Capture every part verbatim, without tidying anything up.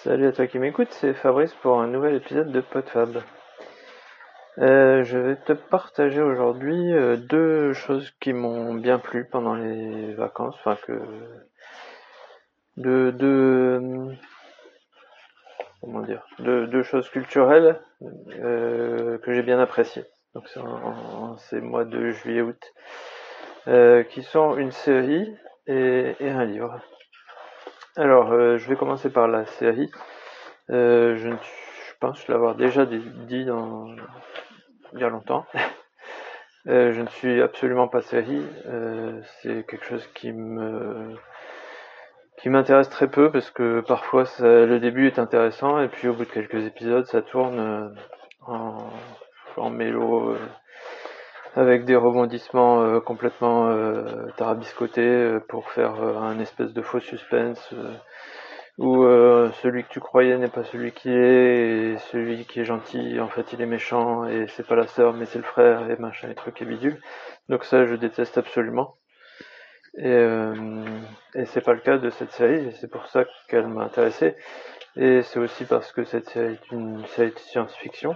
Salut à toi qui m'écoute, c'est Fabrice pour un nouvel épisode de PodFab. Euh, je vais te partager aujourd'hui euh, deux choses qui m'ont bien plu pendant les vacances, enfin que deux deux comment dire deux, deux choses culturelles euh, que j'ai bien appréciées. Donc c'est en, en ces mois de juillet-août, euh, qui sont une série et, et un livre. Alors euh, je vais commencer par la série. Euh, je, ne, je pense l'avoir déjà dit dans il y a longtemps. Euh, je ne suis absolument pas série. Euh, c'est quelque chose qui me qui m'intéresse très peu parce que parfois ça, le début est intéressant et puis au bout de quelques épisodes ça tourne euh, en, en mélo euh, avec des rebondissements euh, complètement euh, tarabiscotés euh, pour faire euh, un espèce de faux suspense euh, où euh, celui que tu croyais n'est pas celui qui est et celui qui est gentil en fait il est méchant et c'est pas la sœur mais c'est le frère et machin et truc et bidule. Donc ça je déteste absolument. Et, euh, et c'est pas le cas de cette série, et c'est pour ça qu'elle m'a intéressé. Et c'est aussi parce que cette série est une série de science-fiction.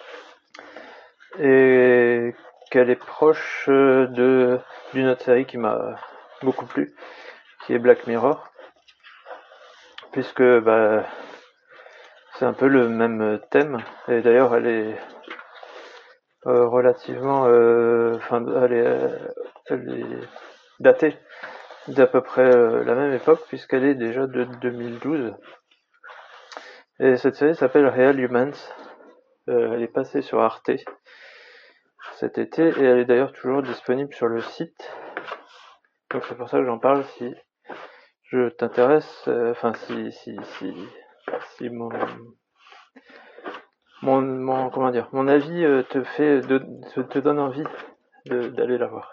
Et qu'elle est proche de d'une autre série qui m'a beaucoup plu, qui est Black Mirror. Puisque bah, c'est un peu le même thème. Et d'ailleurs elle est euh, relativement... Enfin, euh, elle, est, elle est datée d'à peu près euh, la même époque, puisqu'elle est déjà de deux mille douze. Et cette série s'appelle Real Humans. Euh, elle est passée sur Arte cet été et elle est d'ailleurs toujours disponible sur le site. Donc c'est pour ça que j'en parle si je t'intéresse, euh, enfin si si si si mon mon, mon comment dire mon avis euh, te fait de, te, te donne envie de, d'aller la voir.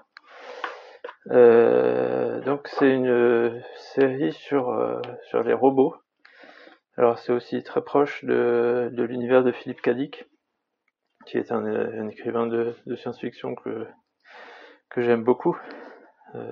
Euh, donc c'est une série sur euh, sur les robots. Alors c'est aussi très proche de, de l'univers de Philippe K. Dick, qui est un, un écrivain de, de science-fiction que, que j'aime beaucoup, euh,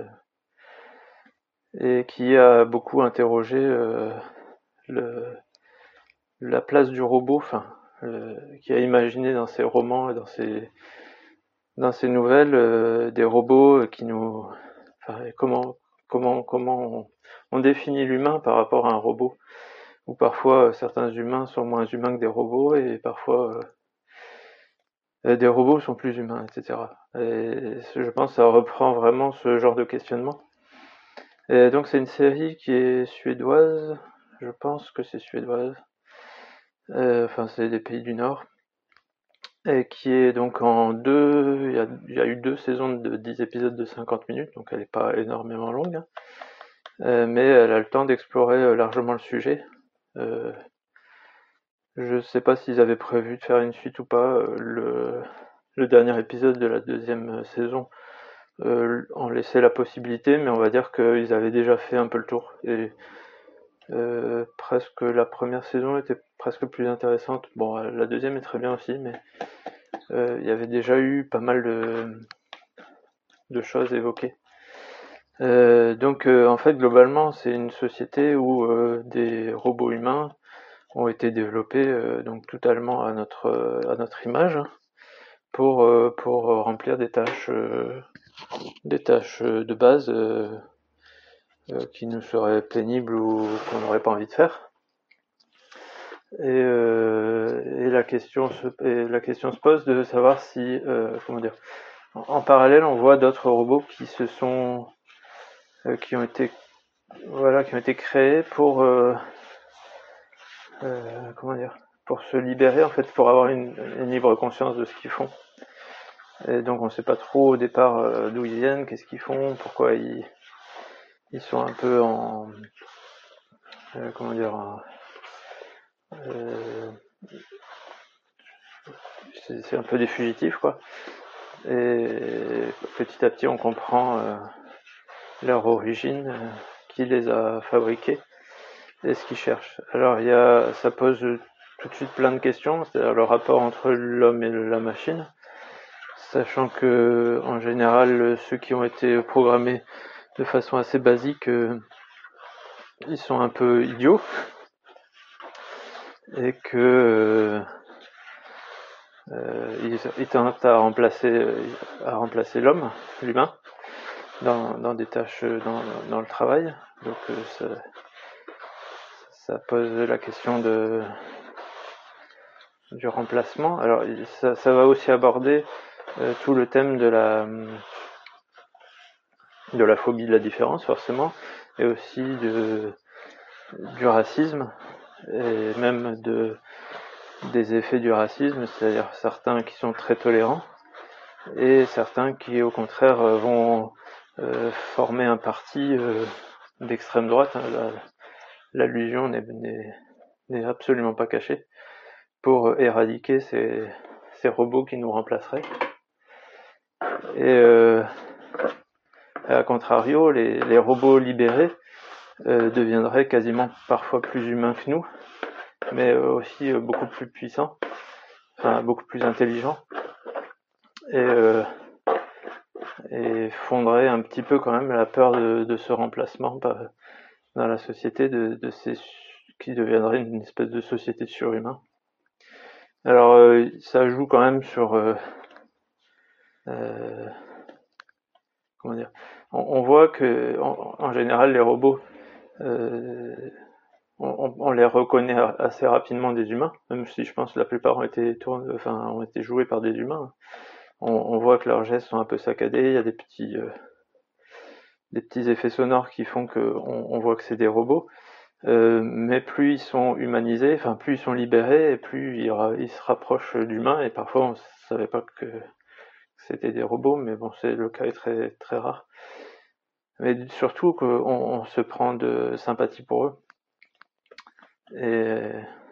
et qui a beaucoup interrogé euh, le, la place du robot, enfin, euh, qui a imaginé dans ses romans et dans ses, dans ses nouvelles euh, des robots qui nous... Enfin, comment, comment, comment on, on définit l'humain par rapport à un robot, où parfois euh, certains humains sont moins humains que des robots, et parfois... Euh, des robots sont plus humains, et cetera. Et je pense que ça reprend vraiment ce genre de questionnement. Et donc c'est une série qui est suédoise, je pense que c'est suédoise, euh, enfin c'est des pays du Nord, et qui est donc en deux, il y a, il y a eu deux saisons de dix épisodes de cinquante minutes, donc elle n'est pas énormément longue, hein, euh, mais elle a le temps d'explorer euh, largement le sujet. Euh, je sais pas s'ils avaient prévu de faire une suite ou pas, euh, le, le dernier épisode de la deuxième saison euh, en laissait la possibilité, mais on va dire qu'ils avaient déjà fait un peu le tour. Et euh, presque la première saison était presque plus intéressante. Bon, la deuxième est très bien aussi, mais euh, il y avait déjà eu pas mal de, de choses évoquées. Euh, donc euh, en fait globalement c'est une société où euh, des robots humains ont été développés euh, donc totalement à notre euh, à notre image pour euh, pour remplir des tâches euh, des tâches de base euh, euh, qui nous seraient pénibles ou qu'on n'aurait pas envie de faire. Et, euh, et la question se et la question se pose de savoir si euh, comment dire en, en parallèle on voit d'autres robots qui se sont euh, qui ont été voilà qui ont été créés pour euh, euh, comment dire pour se libérer en fait, pour avoir une, une libre conscience de ce qu'ils font. Et donc on sait pas trop au départ euh, d'où ils viennent, qu'est-ce qu'ils font, pourquoi ils ils sont un peu en euh, comment dire en, euh, c'est, c'est un peu des fugitifs quoi. Et petit à petit on comprend euh, leur origine, euh, qui les a fabriqués et ce qu'ils cherchent. Alors il y a, ça pose tout de suite plein de questions, c'est-à-dire le rapport entre l'homme et la machine, sachant que en général ceux qui ont été programmés de façon assez basique, euh, ils sont un peu idiots. et que euh, ils, ils tentent à remplacer, à remplacer l'homme, l'humain, dans, dans des tâches dans, dans le travail. Donc euh, ça, ça pose la question de du remplacement. Alors ça, ça va aussi aborder euh, tout le thème de la de la phobie de la différence, forcément, et aussi de du racisme, et même de des effets du racisme, c'est-à-dire certains qui sont très tolérants et certains qui au contraire vont euh, former un parti euh, d'extrême droite. Hein, l'allusion n'est, n'est, n'est absolument pas cachée, pour éradiquer ces, ces robots qui nous remplaceraient. Et euh, à contrario, les, les robots libérés euh, deviendraient quasiment parfois plus humains que nous, mais aussi euh, beaucoup plus puissants, enfin beaucoup plus intelligents, et, euh, et fondraient un petit peu quand même la peur de, de ce remplacement dans la société, de, de ces qui deviendrait une espèce de société de surhumains. Alors euh, ça joue quand même sur euh, euh, comment dire, on, on voit que en, en général les robots euh, on, on les reconnaît assez rapidement des humains, même si je pense que la plupart ont été tournés, enfin ont été joués par des humains. On, on voit que leurs gestes sont un peu saccadés, il y a des petits euh, des petits effets sonores qui font que on, on voit que c'est des robots. Euh, mais plus ils sont humanisés, enfin plus ils sont libérés, et plus ils, ils se rapprochent d'humains, et parfois on savait pas que c'était des robots, mais bon, c'est le cas est très très rare. Mais surtout qu'on on se prend de sympathie pour eux, et,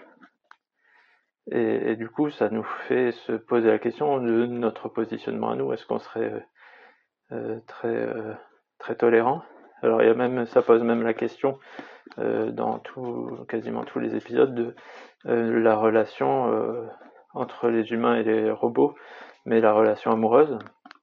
et, et du coup ça nous fait se poser la question de notre positionnement à nous. Est-ce qu'on serait euh, très euh, très tolérant? Alors il y a même, ça pose même la question euh, dans tout, quasiment tous les épisodes de euh, la relation euh, entre les humains et les robots, mais la relation amoureuse.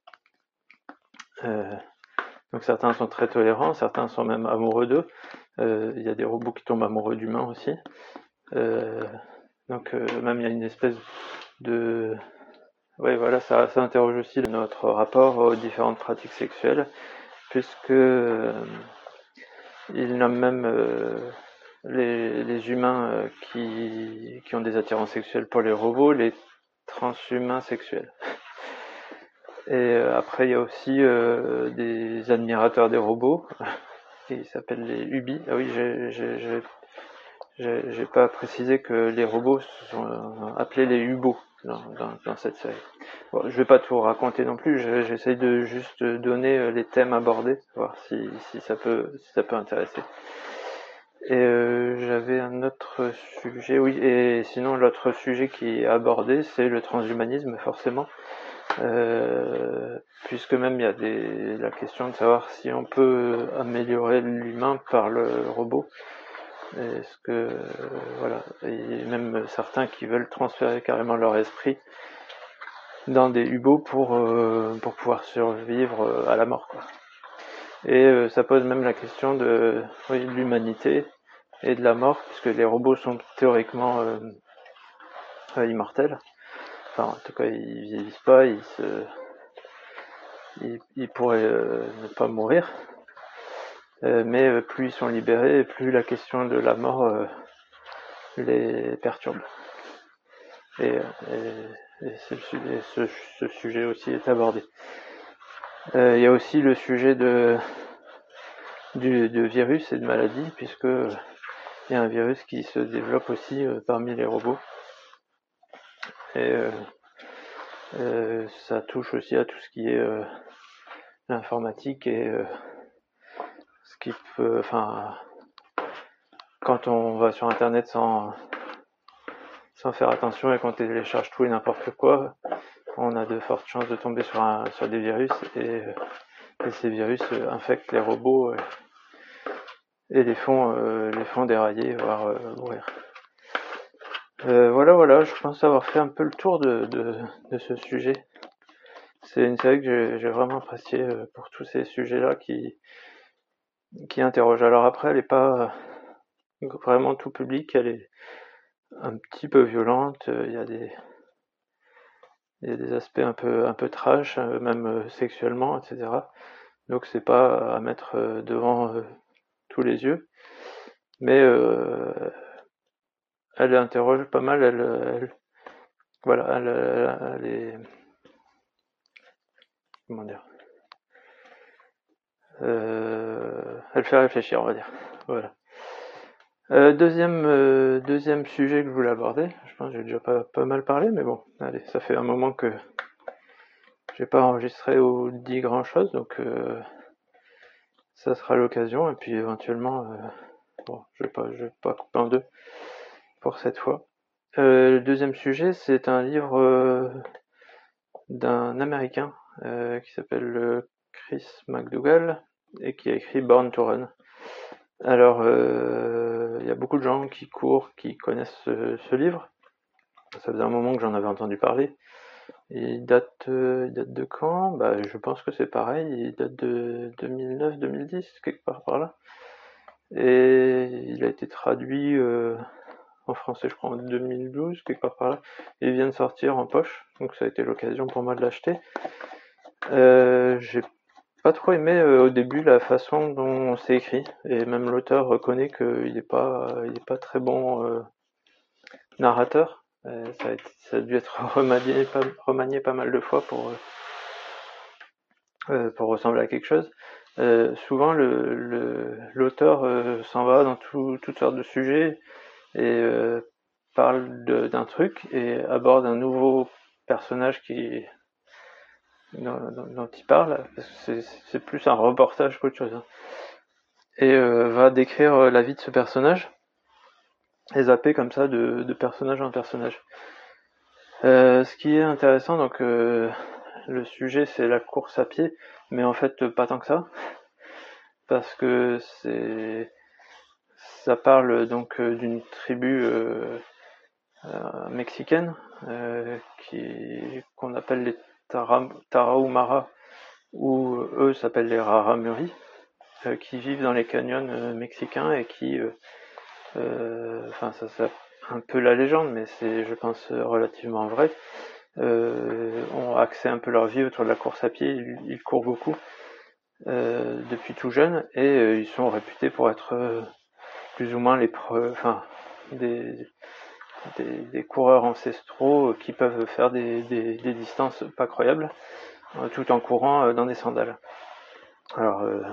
Euh, donc certains sont très tolérants, certains sont même amoureux d'eux. Euh, il y a des robots qui tombent amoureux d'humains aussi. Euh, donc euh, même il y a une espèce de... Ouais, voilà, ça, ça interroge aussi notre rapport aux différentes pratiques sexuelles, puisque euh, il nomme même euh, les, les humains euh, qui, qui ont des attirances sexuelles pour les robots, les transhumains sexuels. Et euh, après, il y a aussi euh, des admirateurs des robots, qui s'appellent les Ubi. Ah oui, j'ai, j'ai, j'ai, j'ai, j'ai pas précisé que les robots sont euh, appelés les Ubos dans, dans, dans cette série. Bon, je vais pas tout raconter non plus, je, j'essaye de juste donner les thèmes abordés, voir si, si, ça, peut, si ça peut intéresser. Et euh, j'avais un autre sujet, oui, et sinon l'autre sujet qui est abordé, c'est le transhumanisme, forcément. Euh, puisque même il y a des, la question de savoir si on peut améliorer l'humain par le robot. Est-ce que euh, voilà, et même certains qui veulent transférer carrément leur esprit dans des U-boats pour euh, pour pouvoir survivre à la mort, quoi. Et euh, ça pose même la question de, oui, de l'humanité et de la mort, puisque les robots sont théoriquement euh, euh, immortels. Enfin, en tout cas, ils vieillissent pas, ils se ils, ils pourraient euh, ne pas mourir, euh, mais euh, plus ils sont libérés, plus la question de la mort euh, les perturbe. Et, et, et, ce, et ce, ce, sujet aussi est abordé. Il euh, y a aussi le sujet de, du, de virus et de maladies, puisque il y a un virus qui se développe aussi euh, parmi les robots. Et euh, euh, ça touche aussi à tout ce qui est euh, l'informatique et euh, ce qui peut, enfin, quand on va sur internet sans sans faire attention et qu'on télécharge tout et n'importe quoi, on a de fortes chances de tomber sur un sur des virus, et, et ces virus infectent les robots et, et les font euh, les font dérailler, voire euh, mourir. Euh, voilà, voilà, je pense avoir fait un peu le tour de de, de ce sujet. C'est une série que j'ai, j'ai vraiment appréciée pour tous ces sujets-là qui qui interrogent. Alors après, elle est pas vraiment tout public, elle est un petit peu violente, il y a des il y a des aspects un peu un peu trash, même sexuellement, et cetera. Donc c'est pas à mettre devant tous les yeux, mais euh, elle interroge pas mal, elle, elle voilà, elle, elle, elle est comment dire, euh, elle fait réfléchir, on va dire. Voilà. Euh, deuxième, euh, deuxième sujet que je voulais aborder, je pense que j'ai déjà pas, pas mal parlé, mais bon, allez, ça fait un moment que j'ai pas enregistré ou dit grand chose, donc euh, ça sera l'occasion, et puis éventuellement, euh, bon, je vais pas, je vais pas couper en deux pour cette fois. Euh, le deuxième sujet, c'est un livre euh, d'un Américain euh, qui s'appelle Chris McDougall et qui a écrit Born to Run. Alors, il euh, y a beaucoup de gens qui courent, qui connaissent ce, ce livre. Ça faisait un moment que j'en avais entendu parler. Il date, euh, il date de quand? Bah, je pense que c'est pareil. Il date de deux mille neuf deux mille dix, quelque part par là. Et il a été traduit euh, en français, je crois, en deux mille douze, quelque part par là. Et il vient de sortir en poche, donc ça a été l'occasion pour moi de l'acheter. Euh, j'ai pas trop aimé euh, au début la façon dont c'est écrit, et même l'auteur reconnaît qu'il n'est pas, il est pas très bon euh, narrateur. Euh, ça, a été, ça a dû être remanié pas, remanié pas mal de fois pour, euh, pour ressembler à quelque chose. Euh, souvent, le, le, l'auteur euh, s'en va dans tout, toutes sortes de sujets et euh, parle de, d'un truc et aborde un nouveau personnage qui dont, dont il parle, parce que c'est, c'est plus un reportage qu'autre chose. Hein. Et euh, va décrire la vie de ce personnage et zapper comme ça de, de personnage en personnage. Euh, ce qui est intéressant, donc euh, le sujet c'est la course à pied, mais en fait pas tant que ça, parce que c'est ça parle donc d'une tribu euh, euh, mexicaine euh, qui qu'on appelle les Tara, Tarahumara, ou eux s'appellent les Raramuri, euh, qui vivent dans les canyons euh, mexicains et qui, euh, euh, enfin ça c'est un peu la légende, mais c'est je pense relativement vrai, euh, ont axé un peu leur vie autour de la course à pied, ils, ils courent beaucoup euh, depuis tout jeune et euh, ils sont réputés pour être euh, plus ou moins les pre- enfin des, des, des coureurs ancestraux qui peuvent faire des, des, des distances pas croyables euh, tout en courant euh, dans des sandales. Alors euh,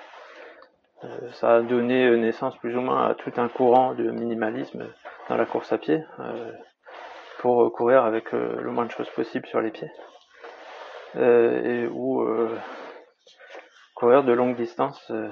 euh, ça a donné naissance plus ou moins à tout un courant de minimalisme dans la course à pied euh, pour courir avec euh, le moins de choses possible sur les pieds euh, et où euh, courir de longues distances euh,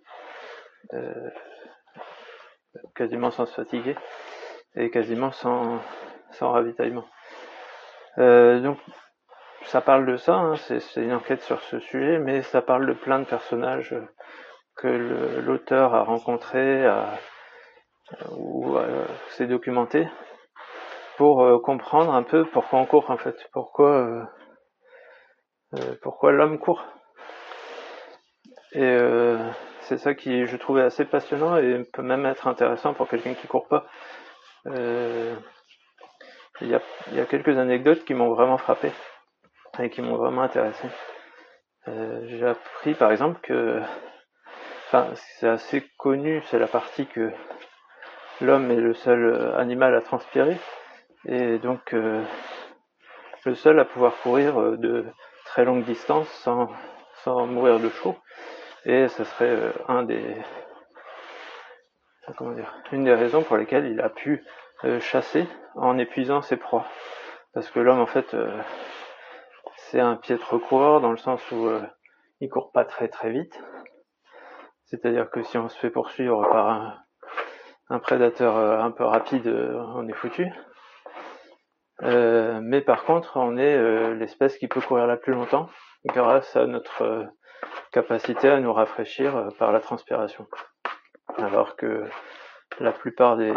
euh, quasiment sans se fatiguer et quasiment sans, sans ravitaillement. Euh, donc ça parle de ça, hein, c'est, c'est une enquête sur ce sujet, mais ça parle de plein de personnages que le, l'auteur a rencontrés a, ou euh, s'est documenté pour euh, comprendre un peu pourquoi on court en fait, pourquoi, euh, euh, pourquoi l'homme court. Et euh, c'est ça qui je trouvais assez passionnant et peut même être intéressant pour quelqu'un qui court pas. Euh, il y a, il y a quelques anecdotes qui m'ont vraiment frappé et qui m'ont vraiment intéressé. Euh, j'ai appris par exemple que, enfin c'est assez connu, c'est la partie que l'homme est le seul animal à transpirer et donc euh, le seul à pouvoir courir de très longues distances sans, sans mourir de chaud. Et ce serait euh, un des, comment dire, une des raisons pour lesquelles il a pu euh, chasser en épuisant ses proies. Parce que l'homme en fait euh, c'est un piètre coureur dans le sens où euh, il court pas très très vite. C'est-à-dire que si on se fait poursuivre par un, un prédateur euh, un peu rapide, euh, on est foutu. Euh, mais par contre, on est euh, l'espèce qui peut courir la plus longtemps grâce à notre euh, capacité à nous rafraîchir euh, par la transpiration. Alors que la plupart des,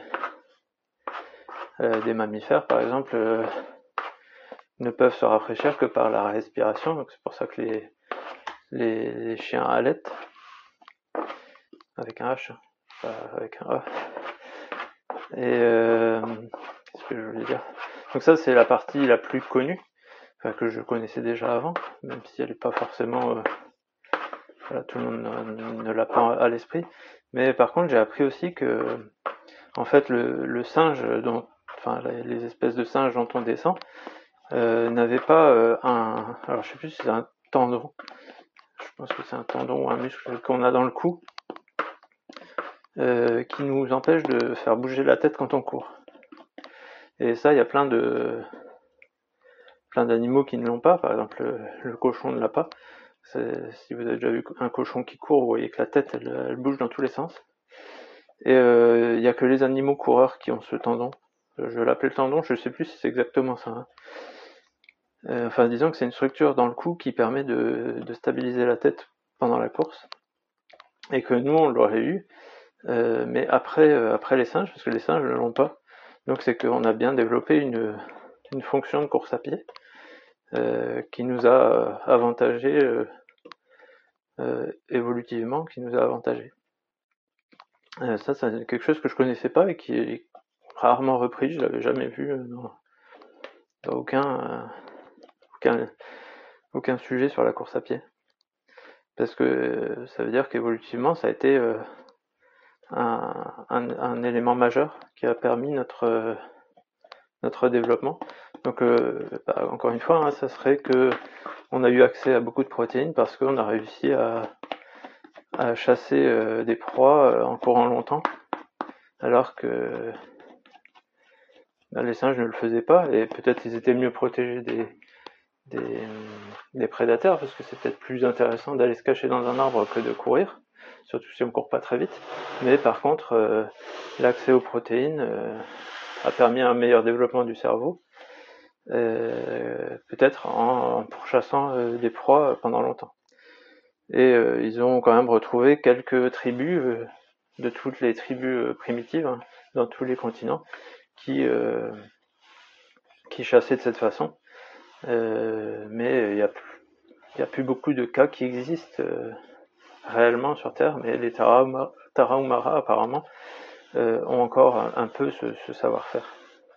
euh, des mammifères, par exemple, euh, ne peuvent se rafraîchir que par la respiration. Donc c'est pour ça que les, les, les chiens allaitent avec un H, pas avec un A. Et euh, ce que je voulais dire. Donc ça, c'est la partie la plus connue, enfin, que je connaissais déjà avant, même si elle n'est pas forcément... Euh, voilà, tout le monde ne, ne l'a pas à l'esprit. Mais par contre, j'ai appris aussi que, en fait, le, le singe, dont, enfin, les espèces de singes dont on descend, euh, n'avaient pas euh, un... Alors, je sais plus si c'est un tendon. Je pense que c'est un tendon ou un muscle qu'on a dans le cou, euh, qui nous empêche de faire bouger la tête quand on court. Et ça, il y a plein de plein d'animaux qui ne l'ont pas. Par exemple, le, le cochon ne l'a pas. C'est, si vous avez déjà vu un cochon qui court, vous voyez que la tête, elle, elle bouge dans tous les sens. Et il euh, n'y a que les animaux coureurs qui ont ce tendon. Je l'appelle le tendon, je ne sais plus si c'est exactement ça. Hein. Euh, enfin, disons que c'est une structure dans le cou qui permet de, de stabiliser la tête pendant la course. Et que nous, on l'aurait eu, euh, mais après, euh, après les singes, parce que les singes ne l'ont pas. Donc c'est qu'on a bien développé une, une fonction de course à pied euh, qui nous a avantagé euh, euh, évolutivement, qui nous a avantagé. Euh, ça, c'est quelque chose que je connaissais pas et qui est rarement repris. Je l'avais jamais vu euh, dans, dans aucun, euh, aucun aucun sujet sur la course à pied. Parce que euh, ça veut dire qu'évolutivement, ça a été euh, un, un, un élément majeur qui a permis notre euh, notre développement. Donc, euh, bah, encore une fois, hein, ça serait que on a eu accès à beaucoup de protéines parce qu'on a réussi à, à chasser euh, des proies euh, en courant longtemps, alors que bah, les singes ne le faisaient pas, et peut-être ils étaient mieux protégés des, des, des prédateurs, parce que c'est peut-être plus intéressant d'aller se cacher dans un arbre que de courir, surtout si on court pas très vite. Mais par contre, euh, l'accès aux protéines euh, a permis un meilleur développement du cerveau, euh, peut-être en, en pourchassant euh, des proies pendant longtemps. Et euh, ils ont quand même retrouvé quelques tribus, euh, de toutes les tribus euh, primitives, hein, dans tous les continents, qui, euh, qui chassaient de cette façon. Euh, mais il n'y a, a plus beaucoup de cas qui existent euh, réellement sur Terre, mais les Tarahumara, Tarahumara apparemment, euh, ont encore un, un peu ce, ce savoir-faire.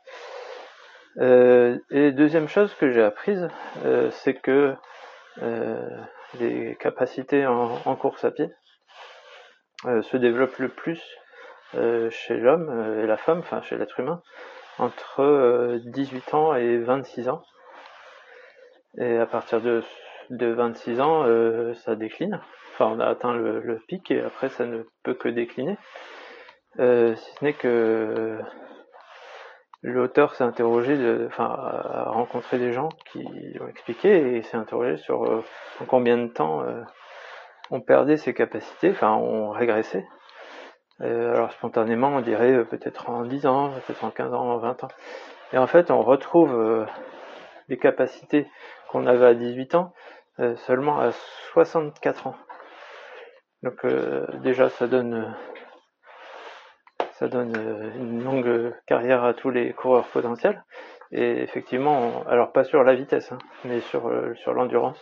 Euh, et deuxième chose que j'ai apprise, euh, c'est que euh, les capacités en, en course à pied euh, se développent le plus euh, chez l'homme euh, et la femme, enfin chez l'être humain, entre euh, dix-huit ans et vingt-six ans. Et à partir de, de vingt-six ans, euh, ça décline. Enfin, on a atteint le, le pic et après ça ne peut que décliner. Euh, si ce n'est que l'auteur s'est interrogé, de, enfin, a rencontré des gens qui l'ont expliqué et s'est interrogé sur euh, en combien de temps euh, on perdait ses capacités, enfin on régressait. Euh, alors spontanément on dirait euh, peut-être en dix ans, peut-être en quinze ans, en vingt ans. Et en fait on retrouve euh, des capacités qu'on avait à dix-huit ans euh, seulement à soixante-quatre ans. Donc euh, déjà ça donne ça donne euh, une longue carrière à tous les coureurs potentiels. Et effectivement, on, alors pas sur la vitesse, hein, mais sur, euh, sur l'endurance.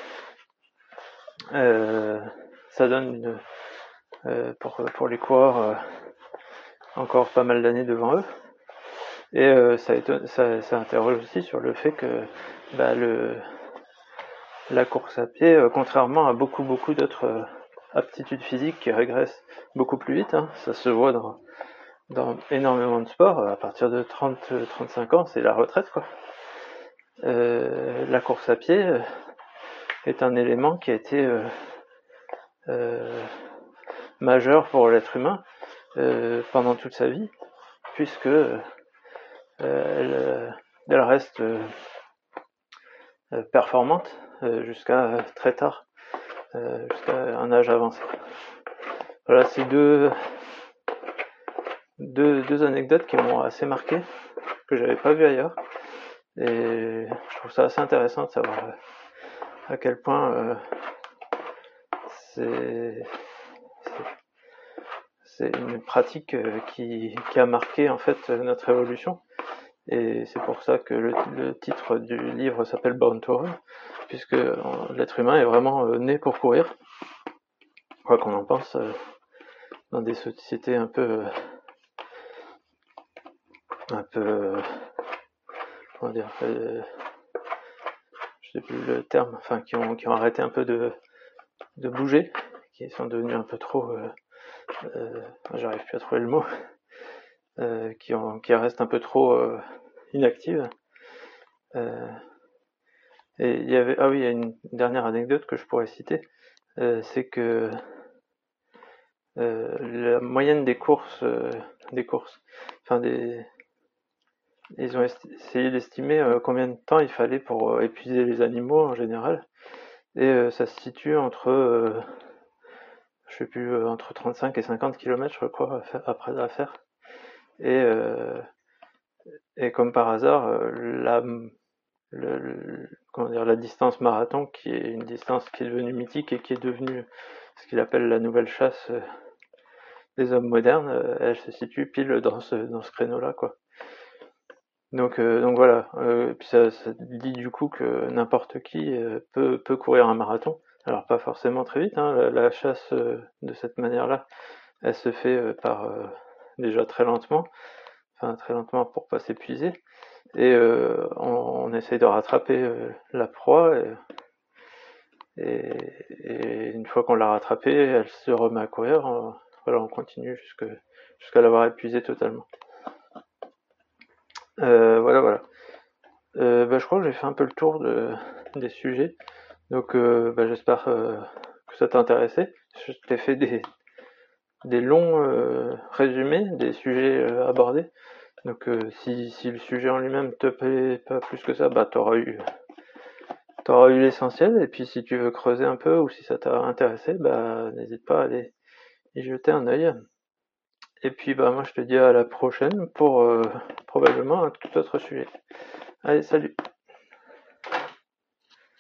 Euh, ça donne une, euh, pour, pour les coureurs euh, encore pas mal d'années devant eux. Et euh, ça, étonne, ça, ça interroge aussi sur le fait que bah, le, la course à pied, euh, contrairement à beaucoup beaucoup d'autres euh, aptitudes physiques qui régressent beaucoup plus vite, hein, ça se voit dans, dans énormément de sports, à partir de trente à trente-cinq ans, c'est la retraite, quoi. Euh, la course à pied euh, est un élément qui a été euh, euh, majeur pour l'être humain euh, pendant toute sa vie, puisque euh, elle, elle reste euh, performante euh, jusqu'à très tard, euh, jusqu'à un âge avancé. Voilà, c'est deux, deux, deux anecdotes qui m'ont assez marqué, que j'avais pas vu ailleurs. Et je trouve ça assez intéressant de savoir à quel point euh, c'est, c'est une pratique qui, qui a marqué en fait notre évolution. Et c'est pour ça que le, le titre du livre s'appelle Born to Run, puisque l'être humain est vraiment né pour courir, quoi qu'on en pense, dans des sociétés un peu un peu, euh, comment dire, euh, je sais plus le terme, enfin qui ont, qui ont arrêté un peu de, de bouger, qui sont devenus un peu trop, euh, euh, j'arrive plus à trouver le mot, euh, qui, ont, qui restent un peu trop euh, inactives. Euh, et il y avait, ah oui, il y a une dernière anecdote que je pourrais citer, euh, c'est que euh, la moyenne des courses, euh, des courses, enfin des, ils ont essayé d'estimer euh, combien de temps il fallait pour euh, épuiser les animaux en général, et euh, ça se situe entre, euh, je sais plus, euh, entre trente-cinq et cinquante kilomètres, je crois, à faire- après à faire. Et, euh, et comme par hasard, euh, la, le, le- comment dire, la distance marathon, qui est une distance qui est devenue mythique et qui est devenue ce qu'il appelle la nouvelle chasse euh, des hommes modernes, euh, elle se situe pile dans ce, dans ce créneau-là, quoi. Donc, euh, donc voilà. Euh, puis ça, ça dit du coup que n'importe qui euh, peut, peut courir un marathon. Alors pas forcément très vite, hein, la, la chasse euh, de cette manière-là, elle se fait euh, par euh, déjà très lentement, enfin très lentement pour pas s'épuiser, et euh, on, on essaye de rattraper euh, la proie, et, et, et une fois qu'on l'a rattrapée, elle se remet à courir. On, voilà, on continue jusque, jusqu'à l'avoir épuisée totalement. Euh, voilà, voilà. Euh, bah, je crois que j'ai fait un peu le tour de, des sujets. Donc euh, bah, j'espère euh, que ça t'a intéressé. Je t'ai fait des, des longs euh, résumés des sujets euh, abordés. Donc euh, si, si le sujet en lui-même te plaît pas plus que ça, bah t'auras eu t'auras eu l'essentiel. Et puis si tu veux creuser un peu ou si ça t'a intéressé, bah n'hésite pas à aller y jeter un œil. Et puis bah moi je te dis à la prochaine pour euh, probablement un tout autre sujet. Allez, salut!